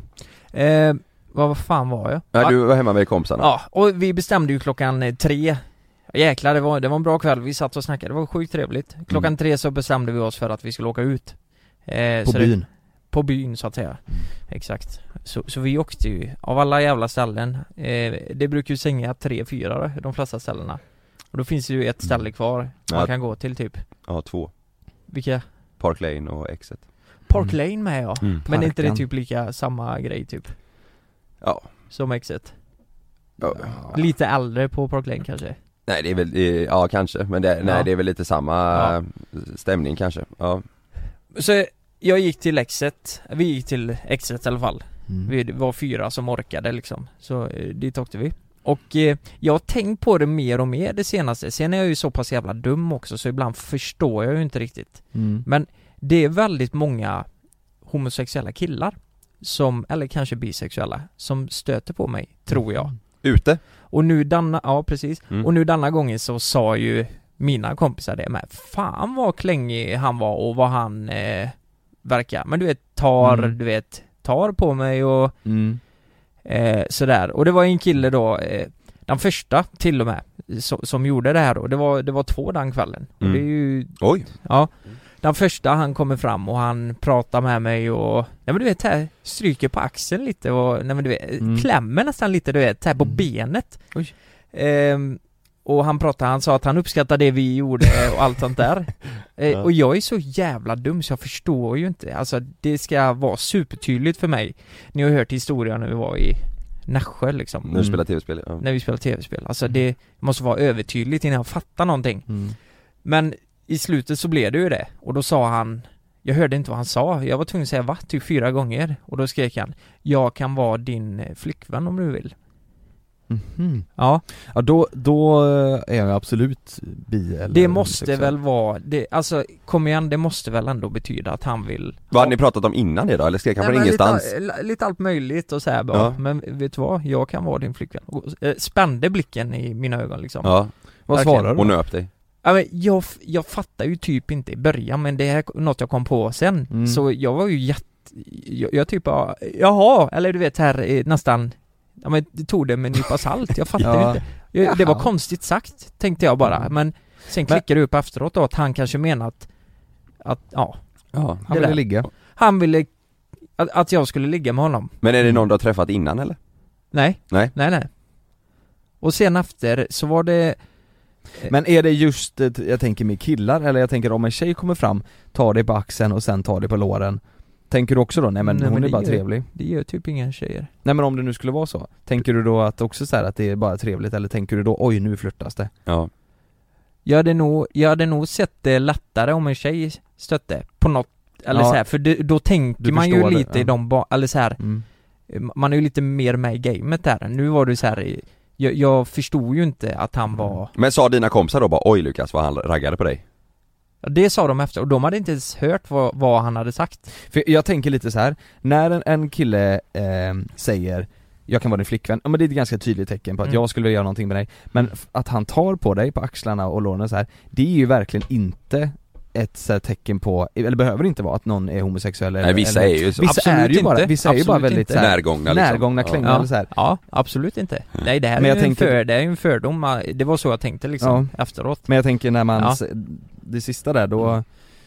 Vad fan var jag? Ja, du var hemma med kompisarna. Ja, och vi bestämde ju 3. Jäklar, det var en bra kväll. Vi satt och snackade, det var sjukt trevligt. 3 så bestämde vi oss för att vi skulle åka ut. På byn? På byn, så att säga. Exakt. Så vi åkte ju av alla jävla ställen. Det brukar ju sänga 3-4 de flesta ställena. Och då finns det ju ett ställe kvar man kan gå till typ. Ja, 2. Vilka? Park Lane och Exit. Park Lane med, ja. Men är inte det typ lika samma grej typ? Ja. Som Exit? Ja. Lite äldre på Park Lane kanske? Nej, det är väl, ja kanske. Men det är väl lite samma stämning kanske. Ja. Så jag gick till Exit. Vi gick till Exit i alla fall. Vi var 4 som orkade liksom. Så dit åkte vi. Och jag har tänkt på det mer och mer det senaste. Sen är jag ju så pass jävla dum också, så ibland förstår jag ju inte riktigt. Men det är väldigt många homosexuella killar som, eller kanske bisexuella, som stöter på mig, tror jag. Ute? Och nu och nu denna gången så sa ju mina kompisar det med. Fan vad klängig han var och vad han verkar. Men du vet, tar på mig och sådär. Och det var en kille då, den första till och med, som gjorde det här då. Det var 2 den kvällen. Och det är ju... Oj! Ja. Den första, han kommer fram och han pratar med mig och... Nej men du vet, här, stryker på axeln lite och... Nej men du vet, klämmer nästan lite, du vet, här på benet. Oj. Och han sa att han uppskattade det vi gjorde och allt sånt där. Och jag är så jävla dum så jag förstår ju inte. Alltså det ska vara supertydligt för mig. Ni har hört historien när vi var i Nässjö liksom. När du spelar tv-spel? Ja. När vi spelar tv-spel. Alltså det måste vara övertydligt innan jag fattar någonting. Men i slutet så blev det ju det. Och då sa han, jag hörde inte vad han sa. Jag var tvungen att säga va? Typ 4 gånger. Och då skrek han, jag kan vara din flickvän om du vill. Ja. Ja, då är jag absolut bi eller det måste väl vara det, alltså kom igen, det måste väl ändå betyda att han vill. Vad hade ni pratat om innan det då? Eller skrek han från ingenstans? Lite allt möjligt och så här bara. Men vet du vad? Jag kan vara din flickvän. Spände blicken i mina ögon liksom. Ja. Vad svarar du? Och nöp dig. Ja, men jag fattar ju typ inte i början, men det är något jag kom på sen. Så jag var ju jag typ bara, jaha, eller du vet här nästan. Ja, men det tog det med en nypa salt. Jag fattar inte. Det var konstigt sagt, tänkte jag bara. Men sen klickade det upp efteråt då att han kanske menar att han ville ligga. Han ville att jag skulle ligga med honom. Men är det någon du har träffat innan eller? Nej. Och sen efter så var det... Men är det just, jag tänker med killar, eller jag tänker om en tjej kommer fram, tar det på axeln och sen tar det på låren. Tänker du också då, nej men hon är bara trevlig. Det gör typ inga tjejer. Nej men om det nu skulle vara så, tänker du då att också så här att det är bara trevligt, eller tänker du då, oj nu flirtas det? Ja. Jag hade nog sett det lättare om en tjej stötte på något, eller så här, för då tänker man ju lite i de eller så här. Man är ju lite mer med i gamet där. Nu var det så här, jag förstod ju inte att han var... Men sa dina kompisar då bara, oj Lukas, vad han raggade på dig? Det sa de efter, och de hade inte ens hört vad han hade sagt. För jag tänker lite så här, när en kille säger jag kan vara din flickvän, men det är ett ganska tydligt tecken på att jag skulle vilja göra någonting med dig. Men att han tar på dig på axlarna och låren så här, det är ju verkligen inte ett så här tecken på, eller behöver inte vara att någon är homosexuell eller, nej, vissa eller, är ju så. Vissa är ju bara, vissa är ju bara väldigt så här, närgångna klängar eller så här. Ja, absolut inte. Nej, det här är ju en fördom. Det var så jag tänkte liksom efteråt. Men jag tänker när man det sista där då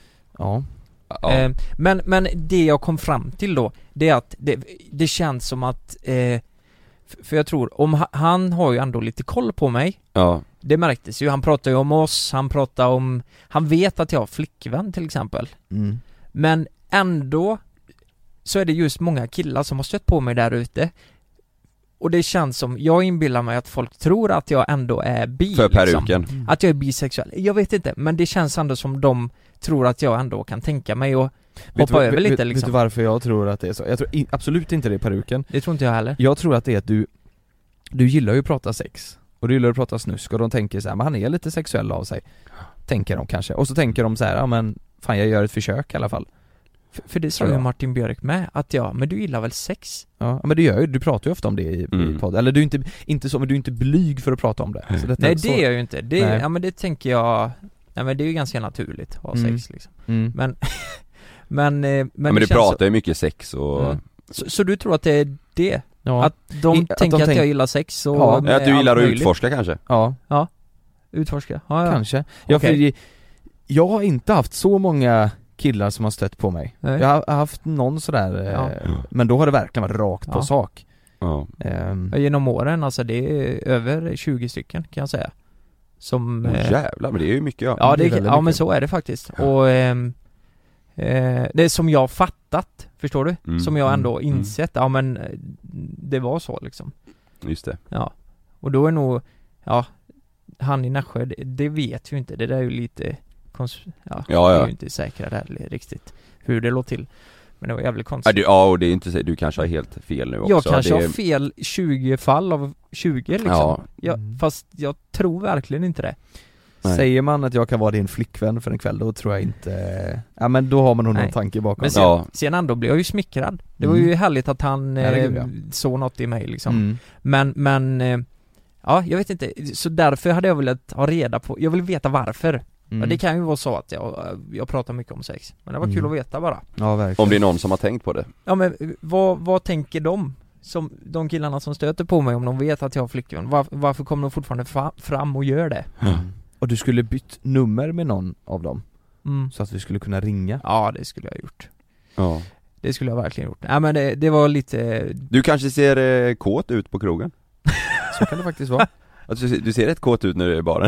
Men det jag kom fram till då, det är att det känns som att för jag tror, om han har ju ändå lite koll på mig. Ja. Det märktes ju, han pratar ju om oss, han vet att jag har flickvän till exempel. Men ändå så är det just många killar som har stött på mig där ute. Och det känns som, jag inbillar mig att folk tror att jag ändå är bi. För peruken. Att jag är bisexuell. Jag vet inte, men det känns ändå som de tror att jag ändå kan tänka mig och hoppa över lite liksom. Vet du varför jag tror att det är så? Jag tror absolut inte det är peruken. Det tror inte jag heller. Jag tror att det är att du gillar ju att prata sex. Och du gillar att prata snusk. Och de tänker så här, men han är lite sexuell av sig. Tänker de kanske. Och så tänker de så här, ja men fan jag gör ett försök i alla fall. För det sa ju Martin Björk med, att men du gillar väl sex? Ja, men det gör ju, du pratar ju ofta om det i podd. Eller du är inte så, men du är inte blyg för att prata om det. Så nej, det är jag ju inte. Ja, men det tänker jag, nej men det är ju ganska naturligt att ha sex liksom. Men du pratar ju mycket sex och... Ja. Så du tror att det är det? Ja. Att de tänker att jag gillar sex och... att du gillar att utforska kanske? Ja. Utforska? Ja. Kanske. Okay. Jag har inte haft så många killar som har stött på mig. Nej. Jag har haft någon sådär, men då har det verkligen varit rakt på sak. Genom åren, alltså det är över 20 stycken kan jag säga. Som... jävlar, men det är ju mycket. Ja, mycket. Men så är det faktiskt. Och det är som jag fattat, förstår du? Som jag ändå insett, ja men det var så liksom. Just det. Ja. Och då är nog, han i Nässjö, det vet ju inte. Det där är ju lite jag är ju inte säker där riktigt hur det låg till. Men det var jävligt konstigt. Och det är inte så, du kanske har helt fel nu också. Jag kanske har fel 20 fall av 20 liksom. Fast jag tror verkligen inte det. Nej. Säger man att jag kan vara din flickvän för en kväll, då tror jag inte... Ja, men då har man nog någon tanke bakom. Men sen ändå blev jag ju smickrad. Det var ju härligt att han såg något i mig liksom. Men jag vet inte. Så därför hade jag velat ha reda på... Jag vill veta varför. Ja, det kan ju vara så att jag pratar mycket om sex. Men det var kul att veta bara. Ja, verkligen. Om det är någon som har tänkt på det. Ja, men vad tänker de? Som de killarna som stöter på mig, om de vet att jag har flickvän. Varför kommer de fortfarande fram och gör det? Och du skulle bytt nummer med någon av dem så att vi skulle kunna ringa. Ja, det skulle jag ha gjort. Ja. Det skulle jag verkligen gjort. Nej, men det var lite... Du kanske ser kåt ut på krogen? Så kan det faktiskt vara. Alltså, du ser rätt kåt ut när du är i baren.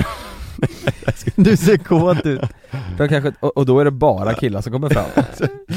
Du ser kåt ut. Och då är det bara killar som kommer fram.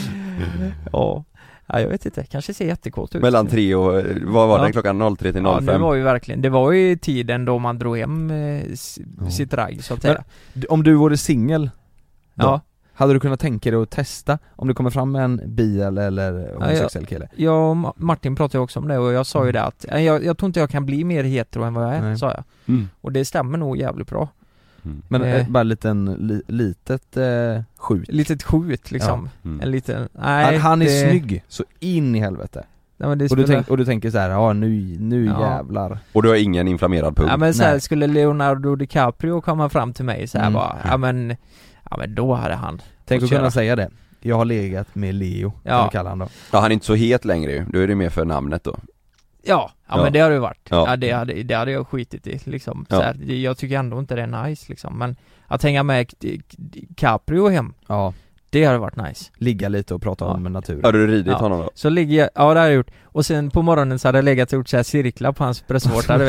Ja, jag vet inte. Kanske ser jättekåt ut. Mellan 3 och... Vad var det? Klockan 03 till 05? Ja, det var ju verkligen... Det var ju tiden då man drog hem sitt ragg, så att säga. Om du vore singel då, hade du kunnat tänka dig att testa om du kommer fram med en bi eller homosexuell kille? Ja, Martin pratade också om det och jag sa ju det att jag tror inte jag kan bli mer hetero än vad jag är, sa jag. Och det stämmer nog jävligt bra. Men bara litet skjut. Litet skjut liksom. En liten, nej, han är snygg så in i helvete. Ja, men och du tänker så här, nu jävlar. Och du har ingen inflammerad punkt. Ja, men så här, skulle Leonardo DiCaprio komma fram till mig så här bara, ja men då hade han. Tänk att kunna säga det. Jag har legat med Leo, kan vi kalla han då. Ja, han är inte så het längre ju. Då är det mer för namnet då. Ja, men det har det varit. Ja, det hade jag skitit i liksom. Så här, jag tycker ändå inte det är nice liksom. Men att hänga med Caprio hem, det hade varit nice. Ligga lite och prata om naturen. Har du ridit honom då? Så ligger jag, det har jag gjort. Och sen på morgonen så hade jag legat och gjort så här cirklar på hans bröstvårta,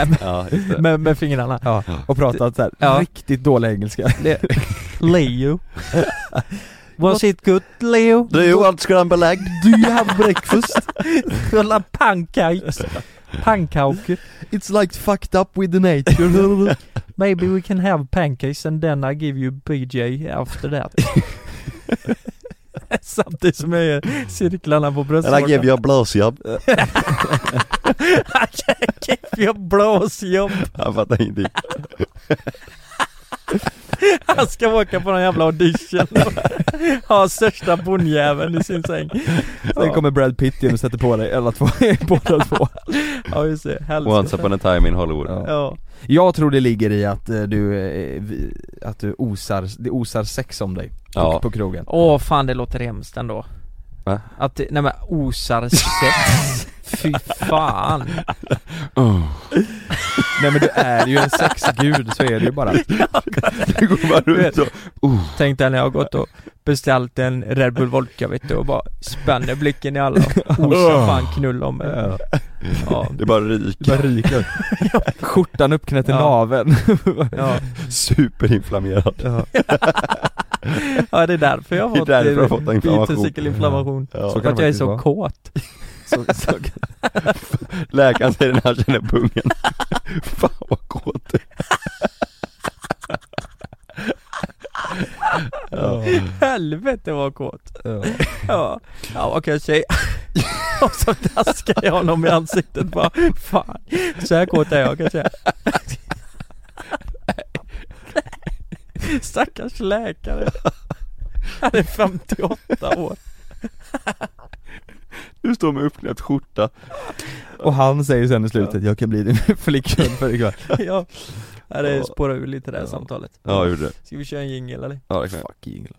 med fingrarna. Ja. Och pratat så här riktigt dålig engelska. Leo. Was it good, Leo? Do you want scrambled egg? Do you have breakfast? Eller pancakes. Pancake. It's like fucked up with the nature. Maybe we can have pancakes and then I give you BJ after that. Samtidigt som jag gör cirklarna på bröstvårtan. And I give you a blowjob. I give you a blowjob. Jag fattar ingenting. Han ska åka på någon jävla audition. Ha största bondjäveln i sin säng. Sen kommer Brad Pitt in och sätter på dig alla två. Båda två. Ja, just det. Once upon a time in Hollywood. Ja. Jag tror det ligger i att du osar sex om dig på krogen. Fan, det låter hemskt ändå. Va? Att, nej men osar sex. Fy fan. Nej, men du är ju en sexgud, så är det ju bara. Du går bara runt och Tänk dig när jag har gått och beställt en Red Bull Vodka, vet du, och bara spänner blicken i alla osar fan knull om mig. Ja. Det bara ryker. Skjortan uppknätt i naveln. Superinflammerad. Ja, det är därför jag har fått inflammation. Så för att jag är så kåt. Så. Läkaren säger när han känner pungen. Fan vad kåt. Helvete vad kåt. Ja, vad kan jag säga? Och så daskar jag honom i ansiktet. Bara, fan, så här kåt är jag, kan jag säga. Stackars läkare. Han är 58 år. Du står med uppknäppt skjorta. Och han säger sen i slutet: jag kan bli din flickvän för ikväll. Ja, det spårar ur lite det här samtalet. Ja, gjorde det. Ska vi köra en jingle eller? Ja, det kan Fuck jingle.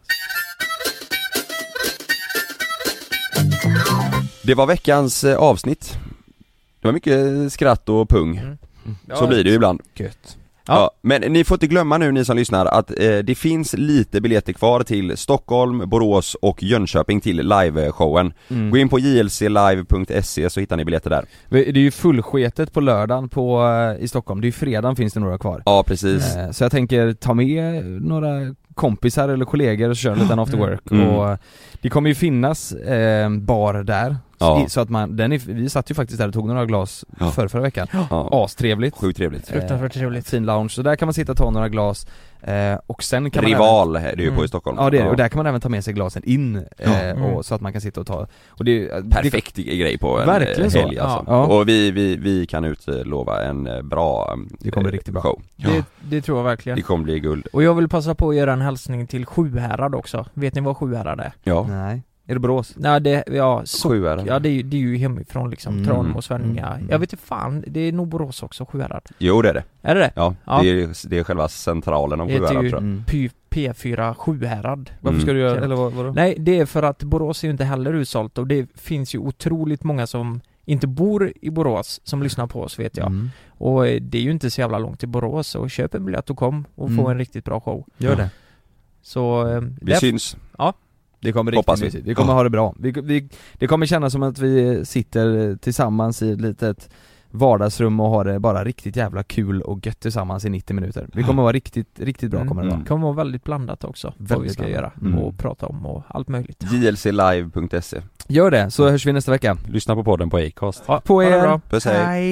Det var veckans avsnitt. Det var mycket skratt och pung. Så blir det ju ibland. Gött. Ja, men ni får inte glömma nu, ni som lyssnar, att det finns lite biljetter kvar till Stockholm, Borås och Jönköping till liveshowen. Gå in på jlclive.se så hittar ni biljetter där. Det är ju fullsketet på lördagen i Stockholm. Det är ju fredagen, finns det några kvar. Ja, precis. Så jag tänker ta med några kompisar eller kollegor och köra en liten after work. Och det kommer ju finnas bar där. Ja. Så att vi satt ju faktiskt där och tog några glas förra veckan. Astrevligt. Sjukt trevligt. Fruktansvärt trevligt. Fin lounge. Så där kan man sitta och ta några glas. Och sen kan Rival är det ju på i Stockholm. Ja, det är det. Och där kan man även ta med sig glasen in och så att man kan sitta och ta. Och det är perfekt grej på en verkligen helg alltså. Ja. Och vi kan utlova en bra det kommer riktigt bra show. Det tror jag verkligen. Det kommer bli guld. Och jag vill passa på att göra en hälsning till Sjuhärad också. Vet ni vad Sjuhärad är? Ja. Nej. Är det Borås? Nej, det är ju hemifrån liksom, Tranås och Svenninga. Jag vet inte fan, det är nog Borås också, Sjuhärad. Jo, det är det. Är det? Ja. Det är själva centralen om Sjuhärad, tror jag. P4 Sjuhärad. Varför ska du göra, eller vadå? Nej, det är för att Borås är ju inte heller utsålt och det finns ju otroligt många som inte bor i Borås som lyssnar på oss, vet jag. Och det är ju inte så jävla långt till Borås, och köp en biljett och kom och få en riktigt bra show. Gör det. Så vi syns. Ja. Det kommer riktigt mysigt. Vi kommer ha det bra. Det kommer kännas som att vi sitter tillsammans i ett litet vardagsrum och har det bara riktigt jävla kul och gött tillsammans i 90 minuter. Vi kommer vara riktigt bra, kommer det vara. Det kommer vara väldigt blandat också, vad vi ska göra och prata om och allt möjligt. jlclive.se. Gör det, så hörs vi nästa vecka. Lyssna på podden på Acast. På er. Puss, hej.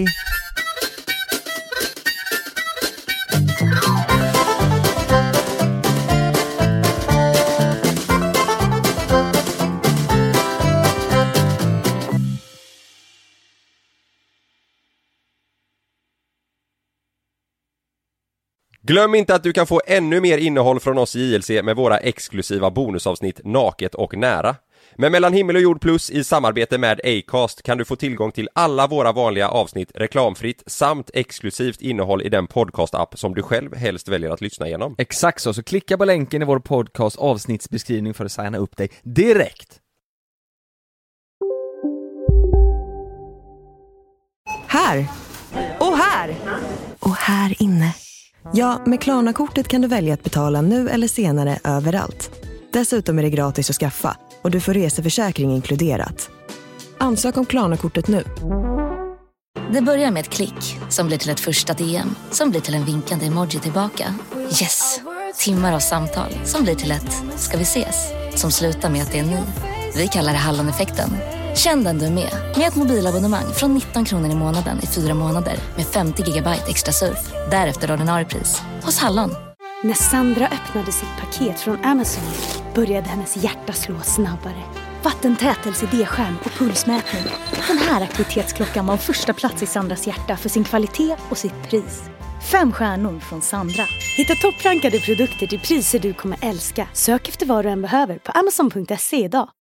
Glöm inte att du kan få ännu mer innehåll från oss i JLC med våra exklusiva bonusavsnitt Naket och nära. Men Mellan himmel och jord plus i samarbete med Acast kan du få tillgång till alla våra vanliga avsnitt reklamfritt samt exklusivt innehåll i den podcast-app som du själv helst väljer att lyssna igenom. Exakt så klicka på länken i vår podcast avsnittsbeskrivning för att signa upp dig direkt. Här! Och här! Och här inne. Ja, med Klarna-kortet kan du välja att betala nu eller senare överallt. Dessutom är det gratis att skaffa och du får reseförsäkring inkluderat. Ansök om Klarna-kortet nu. Det börjar med ett klick som blir till ett första DM som blir till en vinkande emoji tillbaka. Yes! Timmar av samtal som blir till ett ska vi ses? Som slutar med att det är ni. Vi kallar det Hallon-effekten. Känn den du är med ett mobilabonnemang från 19 kronor i månaden i 4 månader med 50 gigabyte extra surf. Därefter ordinarie pris. Hos Hallon. När Sandra öppnade sitt paket från Amazon började hennes hjärta slå snabbare. Vattentät LCD-skärm och pulsmätning. Den här aktivitetsklockan var första plats i Sandras hjärta för sin kvalitet och sitt pris. 5 stjärnor från Sandra. Hitta topprankade produkter till priser du kommer älska. Sök efter vad du än behöver på amazon.se idag.